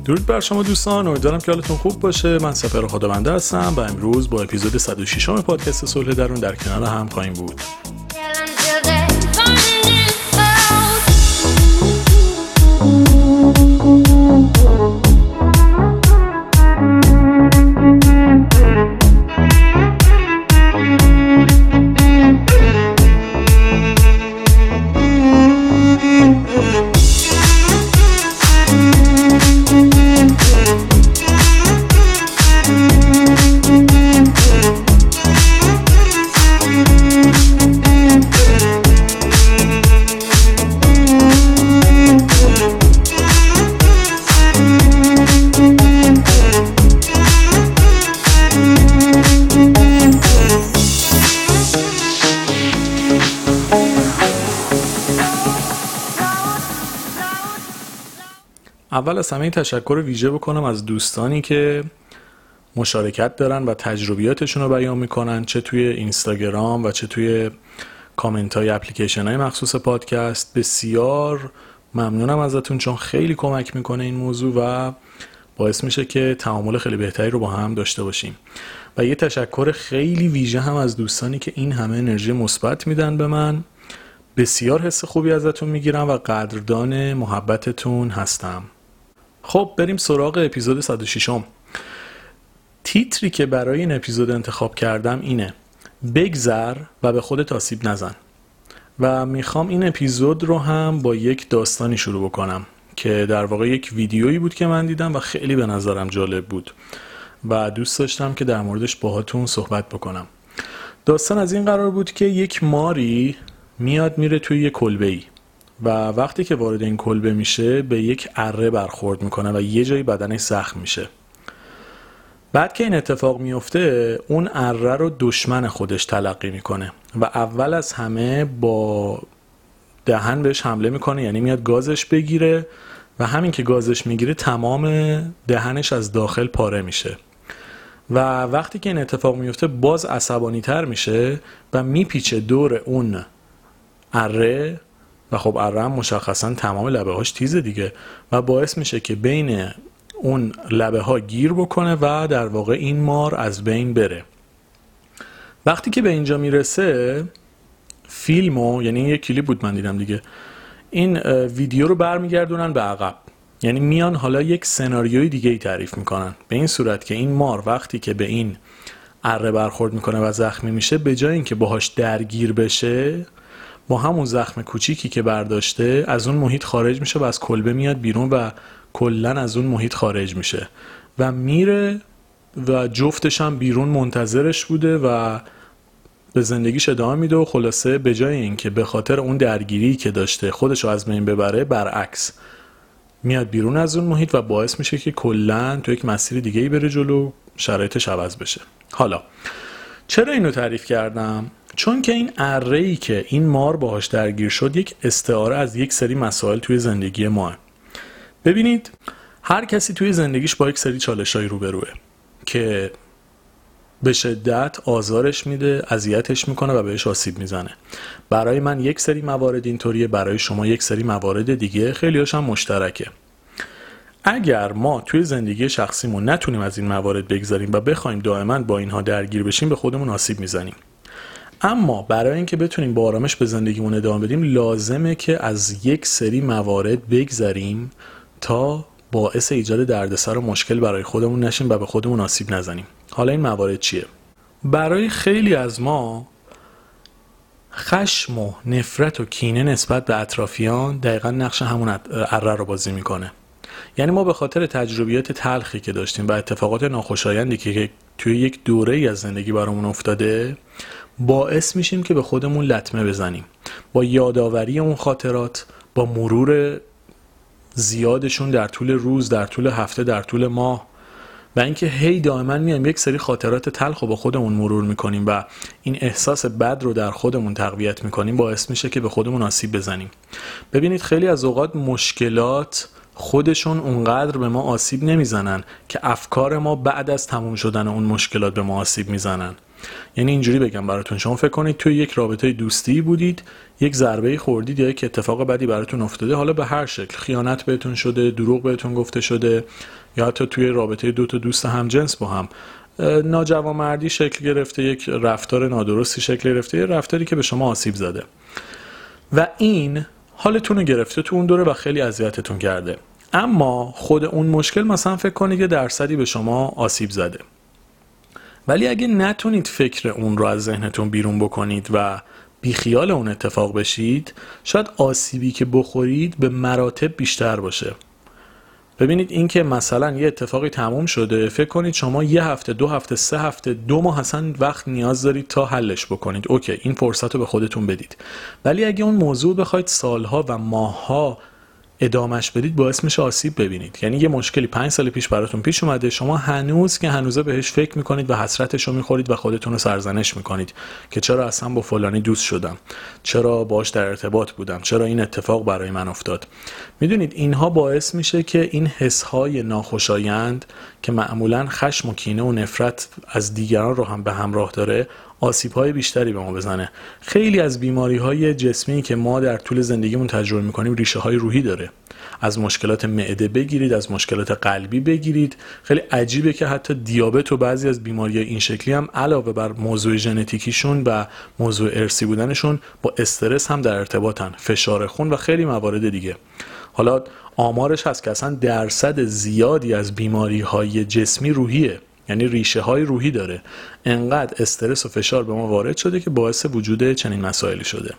درود بر شما دوستان، امیدوارم که حالتون خوب باشه. من سپر خدابنده هستم و امروز با اپیزود 106 پادکست صلح درون در کنار هم خواهیم بود. اول از همه تشکر ویژه بکنم از دوستانی که مشارکت دارن و تجربیاتشون رو بیان میکنن، چه توی اینستاگرام و چه توی کامنت های اپلیکیشن های مخصوص پادکست. بسیار ممنونم ازتون چون خیلی کمک میکنه این موضوع و باعث میشه که تعامل خیلی بهتری رو با هم داشته باشیم. و یه تشکر خیلی ویژه هم از دوستانی که این همه انرژی مثبت میدن به من. بسیار حس خوبی ازتون میگیرم و قدردان محبتتون هستم. خب بریم سراغ اپیزود 106. تیتری که برای این اپیزود انتخاب کردم اینه: بگذر و به خودت آسیب نزن. و میخوام این اپیزود رو هم با یک داستانی شروع بکنم که در واقع یک ویدیویی بود که من دیدم و خیلی به نظرم جالب بود و دوست داشتم که در موردش باهاتون صحبت بکنم. داستان از این قرار بود که یک ماری میاد میره توی یک کلبه‌ای و وقتی که وارد این کلبه میشه به یک اره برخورد میکنه و یه جایی بدنش زخم میشه. بعد که این اتفاق میفته اون اره رو دشمن خودش تلقی میکنه و اول از همه با دهن بهش حمله میکنه، یعنی میاد گازش بگیره و همین که گازش میگیره تمام دهنش از داخل پاره میشه و وقتی که این اتفاق میفته باز عصبانی تر میشه و میپیچه دور اون اره و خب اره هم مشخصا تمام لبه هاش تیزه دیگه و باعث میشه که بین اون لبه ها گیر بکنه و در واقع این مار از بین بره. وقتی که به اینجا میرسه فیلمو، یعنی یک کلیپ بود من دیدم دیگه، این ویدیو رو برمیگردونن به عقب، یعنی میان حالا یک سناریوی دیگه ای تعریف میکنن به این صورت که این مار وقتی که به این اره برخورد میکنه و زخمی میشه به جای اینکه باهاش درگیر بشه با همون زخم کوچیکی که برداشته از اون محیط خارج میشه و از کلبه میاد بیرون و کلن از اون محیط خارج میشه و میره و جفتش هم بیرون منتظرش بوده و به زندگیش ادامه میده و خلاصه به جای اینکه به خاطر اون درگیری که داشته خودشو از بین ببره برعکس میاد بیرون از اون محیط و باعث میشه که کلن تو یک مسیر دیگه‌ای بره جلو، شرایطش عوض بشه. حالا چرا اینو تعریف کردم؟ چون که این اره‌ای که این مار باهاش درگیر شد یک استعاره از یک سری مسائل توی زندگی ماه. ببینید هر کسی توی زندگیش با یک سری چالش‌های روبروه که به شدت آزارش میده، اذیتش میکنه و بهش آسیب میزنه. برای من یک سری موارد اینطوریه، برای شما یک سری موارد دیگه، خیلی‌هاش هم مشترکه. اگر ما توی زندگی شخصیمون نتونیم از این موارد بگذاریم و بخوایم دائما با اینها درگیر بشیم به خودمون آسیب میزنیم. اما برای اینکه بتونیم با آرامش به زندگیمون ادامه بدیم لازمه که از یک سری موارد بگذریم تا باعث ایجاد دردسر و مشکل برای خودمون نشیم و به خودمون آسیب نزنیم. حالا این موارد چیه؟ برای خیلی از ما خشم و نفرت و کینه نسبت به اطرافیان دقیقا نقش همون اره رو بازی میکنه. یعنی ما به خاطر تجربیات تلخی که داشتیم و اتفاقات ناخوشایندی که توی یک دوره‌ای از زندگی برامون افتاده باعث میشیم که به خودمون لطمه بزنیم. با یادآوری اون خاطرات، با مرور زیادشون در طول روز، در طول هفته، در طول ماه و اینکه هی دائما میایم یک سری خاطرات تلخ رو با خودمون مرور میکنیم و این احساس بد رو در خودمون تقویت میکنیم باعث میشه که به خودمون آسیب بزنیم. ببینید خیلی از اوقات مشکلات خودشون اونقدر به ما آسیب نمیزنن که افکار ما بعد از تموم شدن اون مشکلات به ما آسیب میزنن. یعنی اینجوری بگم براتون، شما فکر کنید توی یک رابطه دوستی بودید، یک ضربه خوردید یا یک اتفاق بدی براتون افتاده، حالا به هر شکل، خیانت بهتون شده، دروغ بهتون گفته شده، یا حتی توی رابطه دو تا دوست همجنس با هم ناجوانمردی شکل گرفته، یک رفتار نادرستی شکل گرفته، یه رفتاری که به شما آسیب زده و این حالتون رو گرفته تو اون دوره و خیلی اذیتتون کرده. اما خود اون مشکل مثلا فکر کنید یه درصدی به شما آسیب زده، ولی اگه نتونید فکر اون رو از ذهنتون بیرون بکنید و بیخیال اون اتفاق بشید، شاید آسیبی که بخورید به مراتب بیشتر باشه. ببینید این که مثلا یه اتفاقی تموم شده، فکر کنید شما 1 هفته، 2 هفته، 3 هفته، 2 ماه اصلا وقت نیاز دارید تا حلش بکنید. اوکی، این فرصت رو به خودتون بدید. ولی اگه اون موضوع بخواید سالها و ماهها ادامش بدید، باعث میشه آسیب ببینید. یعنی یه مشکلی 5 سال پیش براتون پیش اومده، شما هنوز که هنوزه بهش فکر میکنید و حسرتش رو میخورید و خودتون رو سرزنش میکنید که چرا اصلا با فلانی دوست شدم، چرا باش در ارتباط بودم، چرا این اتفاق برای من افتاد. میدونید اینها باعث میشه که این حسهای ناخوشایند که معمولاً خشم و کینه و نفرت از دیگران رو هم به همراه داره، آسیب‌های بیشتری به ما بزنه. خیلی از بیماری‌های جسمی که ما در طول زندگیمون تجربه می‌کنیم ریشه‌های روحی داره. از مشکلات معده بگیرید، از مشکلات قلبی بگیرید. خیلی عجیبه که حتی دیابت و بعضی از بیماری‌های این شکلی هم علاوه بر موضوع ژنتیکیشون و موضوع ارثی بودنشون با استرس هم در ارتباطن، فشار خون و خیلی موارد دیگه. حالا آمارش هست که اصلا درصد زیادی از بیماری‌های جسمی روحیه، یعنی ریشه های روحی داره. انقدر استرس و فشار به ما وارد شده که باعث وجود چنین مسائلی شده.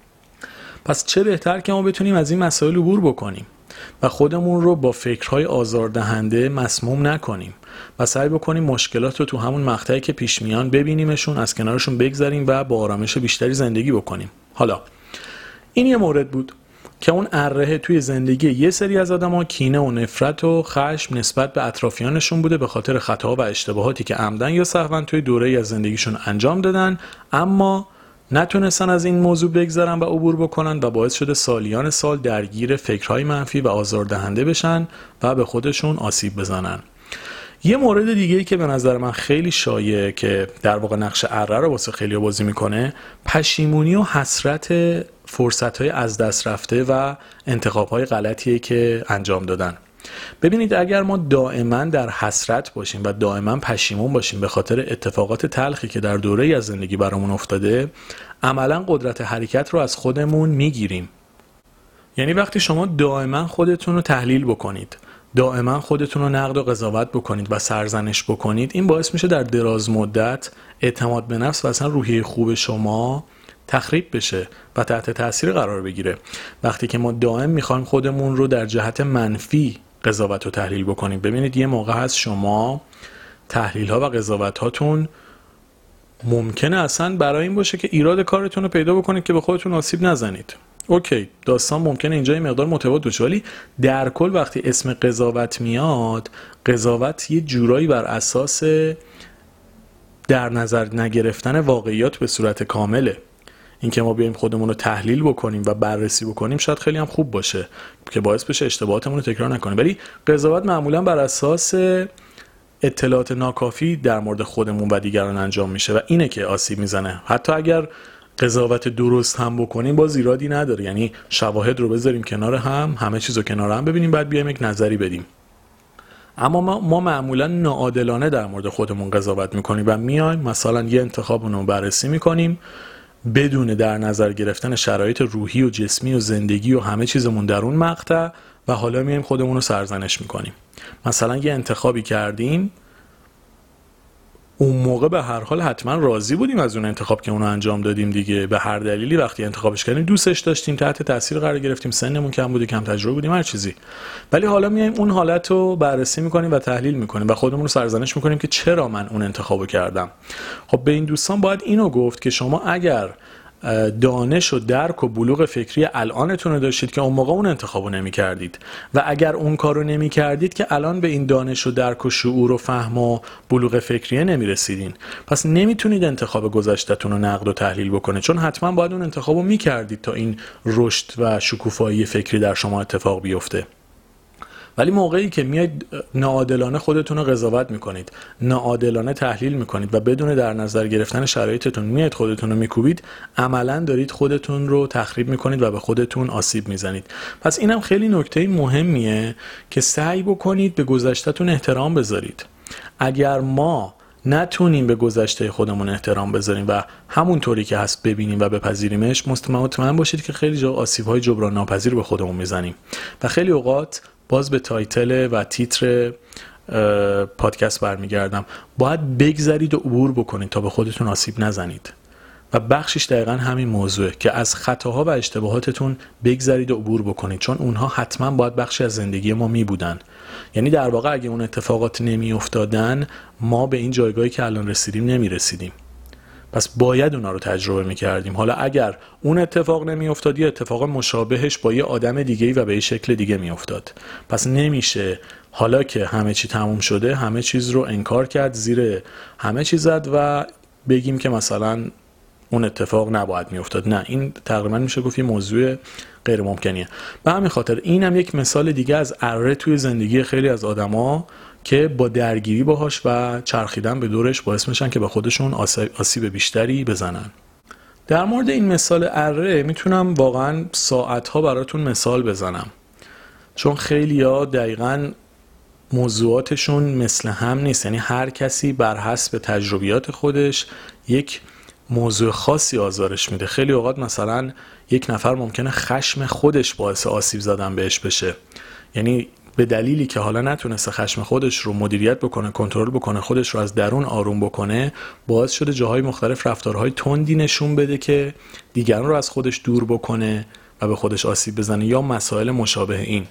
پس چه بهتر که ما بتونیم از این مسائل عبور بکنیم و خودمون رو با فکرهای آزاردهنده مسموم نکنیم و سعی بکنیم مشکلات رو تو همون مقطعی که پیش میان ببینیمشون، از کنارشون بگذریم و با آرامش بیشتری زندگی بکنیم. حالا این یه مورد بود که اون اره توی زندگی یه سری از آدم‌ها کینه و نفرت و خشم نسبت به اطرافیانشون بوده به خاطر خطاها و اشتباهاتی که عمدن یا سهواً توی دوره‌ای از زندگیشون انجام دادن، اما نتونستن از این موضوع بگذرن و عبور بکنن و باعث شده سالیان سال درگیر فکرهای منفی و آزاردهنده بشن و به خودشون آسیب بزنن. یه مورد دیگه‌ای که به نظر من خیلی شایعه که در واقع نقش اره رو واسه خیلی‌ها بازی میکنه، پشیمونی و حسرت فرصت‌های از دست رفته و انتخاب‌های غلطیه که انجام دادن. ببینید اگر ما دائما در حسرت باشیم و دائما پشیمون باشیم به خاطر اتفاقات تلخی که در دوره‌ای از زندگی برامون افتاده، عملاً قدرت حرکت رو از خودمون میگیریم. یعنی وقتی شما دائما خودتون رو تحلیل بکنید، دائما خودتون رو نقد و قضاوت بکنید و سرزنش بکنید، این باعث میشه در دراز مدت اعتماد به نفس و اصلا روحیه خوب شما تخریب بشه و تحت تاثیر قرار بگیره. وقتی که ما دائم میخوایم خودمون رو در جهت منفی قضاوت و تحلیل بکنیم، ببینید یه موقع هست شما تحلیل ها و قضاوت هاتون ممکنه اصلا برای این باشه که ایراد کارتون رو پیدا بکنید که به خودتون آسیب نزنید. اوکی، داستان ممکنه اینجا یه مقدار متفاوت باشه، ولی در کل وقتی اسم قضاوت میاد، قضاوت یه جورایی بر اساس در نظر نگرفتن واقعیات به صورت کامله. اینکه ما بیایم خودمون رو تحلیل بکنیم و بررسی بکنیم شاید خیلی هم خوب باشه که باعث بشه اشتباهاتمون رو تکرار نکنیم، ولی قضاوت معمولا بر اساس اطلاعات ناکافی در مورد خودمون و دیگران انجام میشه و اینه که آسیب میزنه. حتی اگر قضاوت درست هم بکنیم باز ایرادی نداره، یعنی شواهد رو بذاریم کنار هم، همه چیز رو کنار هم ببینیم، بعد بیایم یک نظری بدیم. اما ما معمولا ناعادلانه در مورد خودمون قضاوت میکنیم و میایم مثلا یه انتخاب رو بررسی میکنیم بدون در نظر گرفتن شرایط روحی و جسمی و زندگی و همه چیزمون در اون مقطع و حالا میایم خودمون رو سرزنش میکنیم. مثلا یه انتخابی کردیم، اون موقع به هر حال حتما راضی بودیم از اون انتخاب که اونو انجام دادیم دیگه، به هر دلیلی وقتی انتخابش کردیم دوستش داشتیم، تحت تاثیر قرار گرفتیم، سنمون کم بوده، کم تجربه بودیم، هر چیزی، ولی حالا میایم اون حالت رو بررسی میکنیم و تحلیل میکنیم و خودمون رو سرزنش میکنیم که چرا من اون انتخابو کردم. خب به این دوستان باید اینو گفت که شما اگر دانش و درک و بلوغ فکری الانتون رو داشتید که اون موقع اون انتخابو نمی کردید و اگر اون کارو نمی کردید که الان به این دانش و درک و شعور و فهم و بلوغ فکریه نمی رسیدین. پس نمیتونید انتخاب گذشته‌تون رو نقد و تحلیل بکنه، چون حتما باید اون انتخابو می کردید تا این رشد و شکوفایی فکری در شما اتفاق بیفته. ولی موقعی که میاید ناعادلانه خودتون رو قضاوت میکنید، ناعادلانه تحلیل میکنید و بدون در نظر گرفتن شرایطتون میاید خودتون رو میکوبید، عملا دارید خودتون رو تخریب میکنید و به خودتون آسیب میزنید. پس اینم خیلی نکته مهمیه که سعی بکنید به گذشته‌تون احترام بذارید. اگر ما نتونیم به گذشته خودمون احترام بذاریم و همونطوری که هست ببینیم و بپذیریمش، مطمئن باشید که خیلی جا آسیب‌های جبران ناپذیر به خودمون میزنیم. و خیلی اوقات باز به تایتل و تیتر پادکست برمیگردم، باید بگذرید و عبور بکنید تا به خودتون آسیب نزنید. و بخشش دقیقا همین موضوعه که از خطاها و اشتباهاتتون بگذرید و عبور بکنید، چون اونها حتما باید بخشی از زندگی ما می بودن. یعنی در واقع اگه اون اتفاقات نمی افتادن، ما به این جایگاهی که الان رسیدیم نمی رسیدیم. پس باید اونا رو تجربه می کردیم. حالا اگر اون اتفاق نمی افتاد، یه اتفاق مشابهش با یه آدم دیگه‌ای و به یه شکل دیگه می افتاد. پس نمیشه حالا که همه چی تموم شده همه چیز رو انکار کرد، زیر همه چیز زد و بگیم که مثلا اون اتفاق نباید می افتاد. نه، این تقریبا میشه گفت یه موضوع غیر ممکنیه. به همین خاطر اینم یک مثال دیگه از اره توی زندگی خیلی از آدما که با درگیری باهاش و چرخیدن به دورش باعث میشن که به خودشون آسیب بیشتری بزنن. در مورد این مثال اره میتونم واقعا ساعتها براتون مثال بزنم، چون خیلی‌ها دقیقاً موضوعاتشون مثل هم نیست. یعنی هر کسی بر حسب تجربیات خودش یک موضوع خاصی آزارش میده. خیلی اوقات مثلا یک نفر ممکنه خشم خودش باعث آسیب زدن بهش بشه، یعنی به دلیلی که حالا نتونسته خشم خودش رو مدیریت بکنه، کنترل بکنه، خودش رو از درون آروم بکنه، باعث شده جاهای مختلف رفتارهای تندی نشون بده که دیگران رو از خودش دور بکنه و به خودش آسیب بزنه، یا مسائل مشابه این.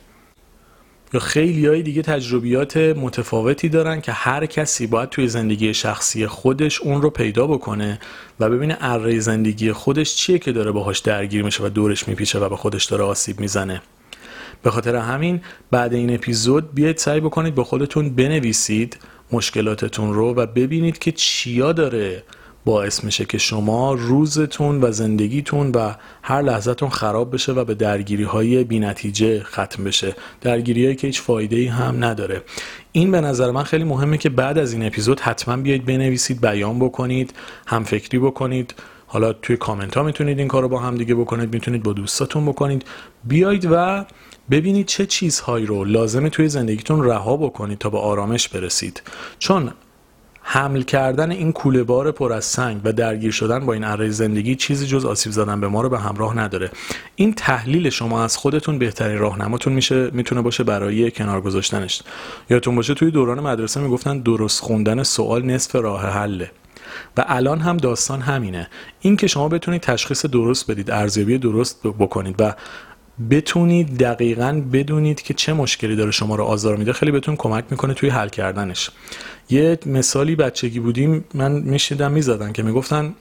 یا خیلی های دیگه تجربیات متفاوتی دارن که هر کسی باید توی زندگی شخصی خودش اون رو پیدا بکنه و ببینه اره زندگی خودش چیه که داره باهاش درگیر میشه و دورش میپیچه و به خودش داره آسیب میزنه. به خاطر همین بعد این اپیزود بیاید سعی بکنید با خودتون بنویسید مشکلاتتون رو و ببینید که چیا داره باعث میشه که شما روزتون و زندگیتون و هر لحظهتون خراب بشه و به درگیری‌های بی‌نتیجه ختم بشه، درگیری‌هایی که هیچ فایده‌ای هم نداره. این به نظر من خیلی مهمه که بعد از این اپیزود حتما بیاید بنویسید، بیان بکنید، همفکری بکنید. حالا توی کامنت ها میتونید این کارو با هم دیگه بکنید، میتونید با دوستاتون بکنید. بیایید و ببینید چه چیزهایی رو لازمه توی زندگیتون رها بکنید تا به آرامش برسید، چون حمل کردن این کوله بار پر از سنگ و درگیر شدن با این اره زندگی چیزی جز آسیب زدن به ما رو به همراه نداره. این تحلیل شما از خودتون بهترین راهنماتون میتونه باشه برای کنار گذاشتنش. یادتون باشه توی دوران مدرسه میگفتن درست خوندن سوال نصف راه حله و الان هم داستان همینه. این که شما بتونید تشخیص درست بدید، ارزیابی درست بکنید و بتونید دقیقاً بدونید که چه مشکلی داره شما رو آزار میده، خیلی بهتون کمک میکنه توی حل کردنش. یه مثالی بچگی بودیم من میشیدم میزدن که میگفتن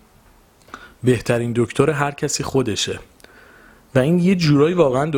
بهترین دکتر هر کسی خودشه و این یه جورایی واقعا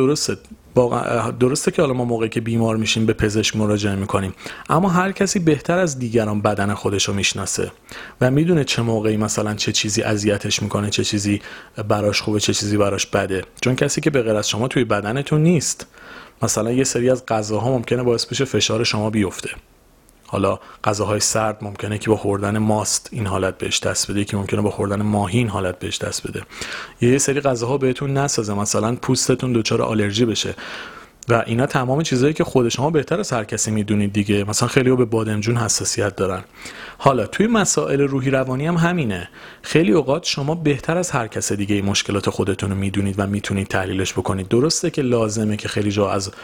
درسته که حالا ما موقعی که بیمار میشیم به پزشک مراجعه میکنیم، اما هر کسی بهتر از دیگران بدن خودش رو میشناسه و میدونه چه موقعی مثلا چه چیزی اذیتش میکنه، چه چیزی براش خوبه، چه چیزی براش بده، چون کسی که به غیر از شما توی بدنتون نیست. مثلا یه سری از غذاها ممکنه باعث بشه فشار شما بیفته. حالا غذاهای سرد ممکنه که با خوردن ماست این حالت بهش دست بده، که ممکنه با خوردن ماهی این حالت بهش دست بده. یه سری غذاها بهتون نسازه، مثلا پوستتون دچار آلرژی بشه و اینا تمام چیزایی که خود شما بهتر از هر کسی میدونید دیگه. مثلا خیلی‌ها به بادمجون حساسیت دارن. حالا توی مسائل روحی روانی هم همینه. خیلی اوقات شما بهتر از هر کس دیگه مشکلات خودتون رو میدونید و میتونید تحلیلش بکنید. درسته که لازمه که خیلی جا از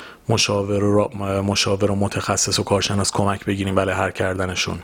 مشاور و متخصص و کارشناس کمک بگیریم برای حل کردنشون،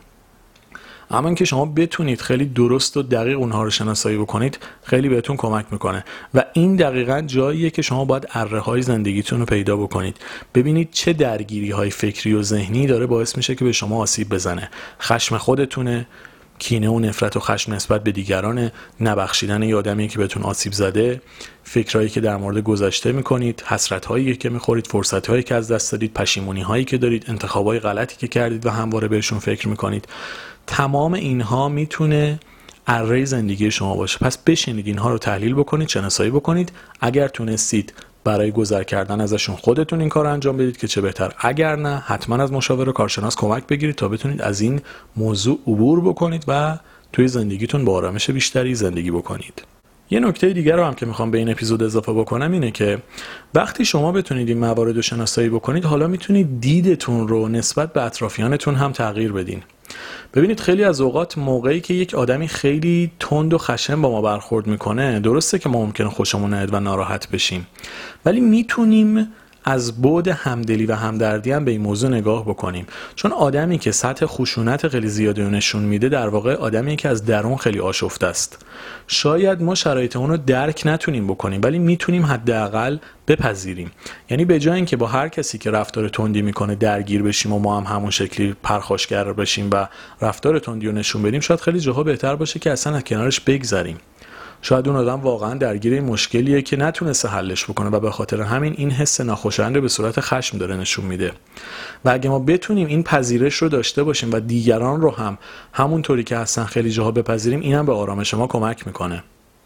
اما اینکه شما بتونید خیلی درست و دقیق اونها رو شناسایی بکنید خیلی بهتون کمک میکنه و این دقیقاً جاییه که شما باید اره‌های زندگیتون رو پیدا بکنید. ببینید چه درگیری‌های فکری و ذهنی داره باعث میشه که به شما آسیب بزنه. خشم خودتونه، کینه و نفرت و خشم نسبت به دیگران، نبخشیدن یه آدمی که بهتون آسیب زده، فکرایی که در مورد گذشته میکنید، حسرت‌هایی که میخورید، فرصت‌هایی که از دست دادید، پشیمونی‌هایی که دارید، انتخابای غلطی که کردید و همواره بهشون فکر میکنید. تمام اینها میتونه اره زندگی شما باشه. پس بشینید اینها رو تحلیل بکنید، شناسایی بکنید. اگر تونستید برای گذر کردن ازشون خودتون این کار انجام بدید که چه بهتر. اگر نه حتما از مشاور و کارشناس کمک بگیرید تا بتونید از این موضوع عبور بکنید و توی زندگیتون با آرامش بیشتری زندگی بکنید. یه نکته دیگر رو هم که میخوام به این اپیزود اضافه بکنم اینه که وقتی شما بتونید این موارد رو شناسایی بکنید، حالا میتونید دیدتون رو نسبت به اطرافیانتون هم تغییر بدین. ببینید خیلی از اوقات موقعی که یک آدمی خیلی تند و خشن با ما برخورد میکنه، درسته که ما ممکنه خوشمون نیاد و ناراحت بشیم، ولی میتونیم از بعد همدلی و همدردی هم به این موضوع نگاه بکنیم. چون آدمی که سطح خشونت خیلی زیادی رو نشون میده در واقع آدمی که از درون خیلی آشفته است. شاید ما شرایط اون رو درک نتونیم بکنیم، ولی میتونیم حداقل بپذیریم. یعنی به جای اینکه با هر کسی که رفتار تندی میکنه درگیر بشیم و ما هم همون شکلی پرخاشگر بشیم و رفتار تندی رو نشون بدیم، شاید خیلی جاها بهتر باشه که اصلا از کنارش بگذریم. شاید اون آدم واقعا درگیر این مشکلیه که نتونسته حلش بکنه و به خاطر همین این حس ناخوشایند رو به صورت خشم داره نشون میده. و اگه ما بتونیم این پذیرش رو داشته باشیم و دیگران رو هم همونطوری که هستن خیلی جاها بپذیریم، این هم به آرامش ما کمک میکنه.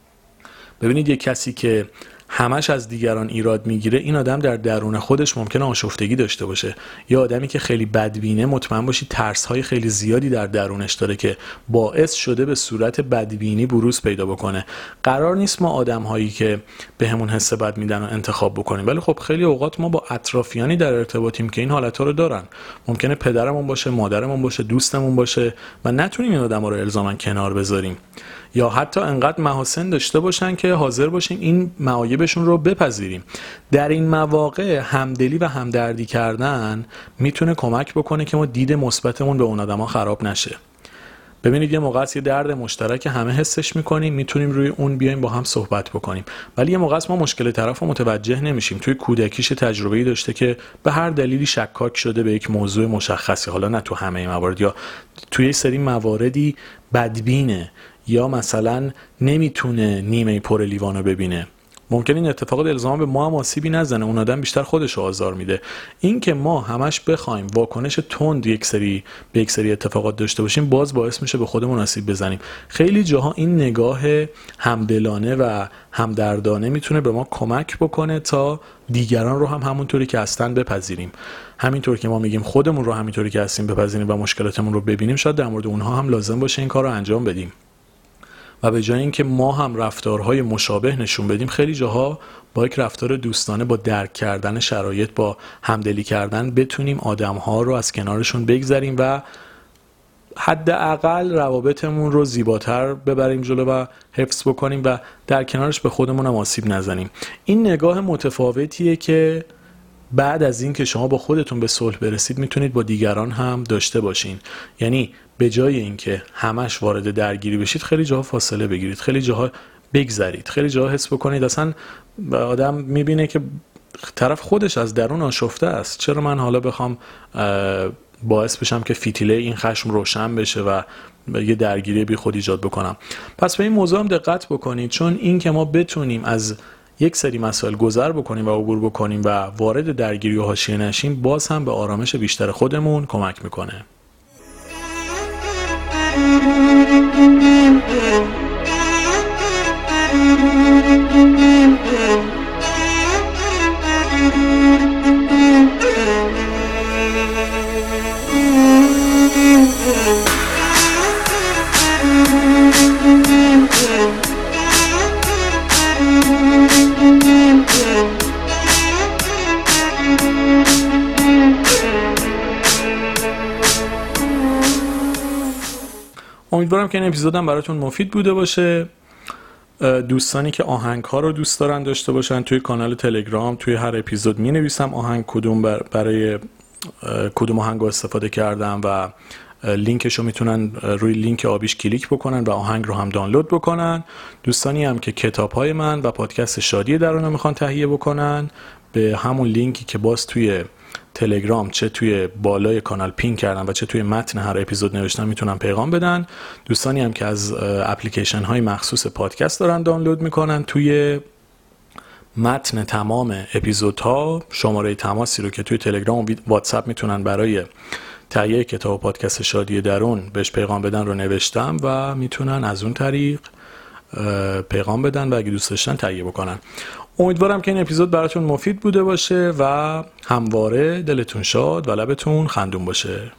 ببینید یک کسی که همش از دیگران ایراد میگیره، این آدم در درون خودش ممکنه آشفتگی داشته باشه. یا آدمی که خیلی بدبینه، مطمئن باشید ترس‌های خیلی زیادی در درونش داره که باعث شده به صورت بدبینی بروز پیدا بکنه. قرار نیست ما آدم‌هایی که بهمون حس بد میدن رو انتخاب بکنیم، ولی خب خیلی اوقات ما با اطرافیانی در ارتباطیم که این حالت‌ها رو دارن. ممکنه پدرمون باشه، مادرمون باشه، دوستمون باشه و نتونیم این آدم‌ها رو الزاماً کنار بذاریم. یا حتی انقدر محاسن داشته باشن که حاضر باشیم این معایبشون رو بپذیریم. در این مواقع همدلی و همدردی کردن میتونه کمک بکنه که ما دید مثبتمون به اون آدما خراب نشه. ببینید یه موقع یه درد مشترک همه حسش میکنیم، میتونیم روی اون بیایم با هم صحبت بکنیم، ولی یه موقع ما مشکل طرف رو متوجه نمیشیم. توی کودکیش تجربه‌ای داشته که به هر دلیلی شکاک شده به یک موضوع مشخصی، حالا نه تو همه موارد، یا توی یه سری مواردی بدبینه، یا مثلا نمیتونه نیمه پر لیوانو ببینه. ممکن این اتفاقات الزاما به ما هم آسیبی نزنه، اون آدم بیشتر خودش رو آزار میده. این که ما همش بخوایم واکنش تند به یک سری اتفاقات داشته باشیم، باز باعث میشه به خودمون آسیب بزنیم. خیلی جاها این نگاه همدلانه و همدردانه میتونه به ما کمک بکنه تا دیگران رو هم همونطوری که هستن بپذیریم. همینطور که ما میگیم خودمون رو همینطوری که هستیم بپذیریم و مشکلاتمون رو ببینیم، شاید در مورد اونها هم لازم باشه این کار رو انجام بدیم. و به جای اینکه ما هم رفتارهای مشابه نشون بدیم، خیلی جاها با یک رفتار دوستانه، با درک کردن شرایط، با همدلی کردن، بتونیم آدم‌ها رو از کنارشون بگذریم و حداقل روابطمون رو زیباتر ببریم جلو و حفظ بکنیم و در کنارش به خودمون هم آسیب نزنیم. این نگاه متفاوتیه که بعد از این که شما با خودتون به صلح برسید میتونید با دیگران هم داشته باشین. یعنی به جای اینکه همش وارد درگیری بشید، خیلی جاها فاصله بگیرید، خیلی جاها بگذرید، خیلی جاها حس بکنید اصلا آدم میبینه که طرف خودش از درون آشفته است. چرا من حالا بخوام باعث بشم که فتیله این خشم روشن بشه و یه درگیری بی خود ایجاد بکنم؟ پس به این موضوع هم دقت بکنید، چون این که ما بتونیم از یک سری مسائل گذر بکنیم و عبور بکنیم و وارد درگیری و حاشیه نشیم، باز هم به آرامش بیشتر خودمون کمک میکنه. امیدوارم که این اپیزودم براتون مفید بوده باشه. دوستانی که آهنگ ها رو دوست دارن داشته باشن، توی کانال تلگرام توی هر اپیزود می نویسم آهنگ کدوم برای کدوم آهنگ رو استفاده کردم و لینکش رو میتونن روی لینک آبیش کلیک بکنن و آهنگ رو هم دانلود بکنن. دوستانی هم که کتاب های من و پادکست شادی درون رو میخوان تهیه بکنن، به همون لینکی که باز توی تلگرام چه توی بالای کانال پین کردم و چه توی متن هر اپیزود نوشتم میتونن پیغام بدن. دوستانی هم که از اپلیکیشن های مخصوص پادکست دارن دانلود میکنن، توی متن تمام اپیزودها شماره تماسی رو که توی تلگرام و واتساپ میتونن برای تهیه کتاب و پادکست شادی درون بهش پیغام بدن رو نوشتم و میتونن از اون طریق پیغام بدن و اگه دوست داشتن تهیه بکنن. امیدوارم که این اپیزود براتون مفید بوده باشه و همواره دلتون شاد و لبتون خندون باشه.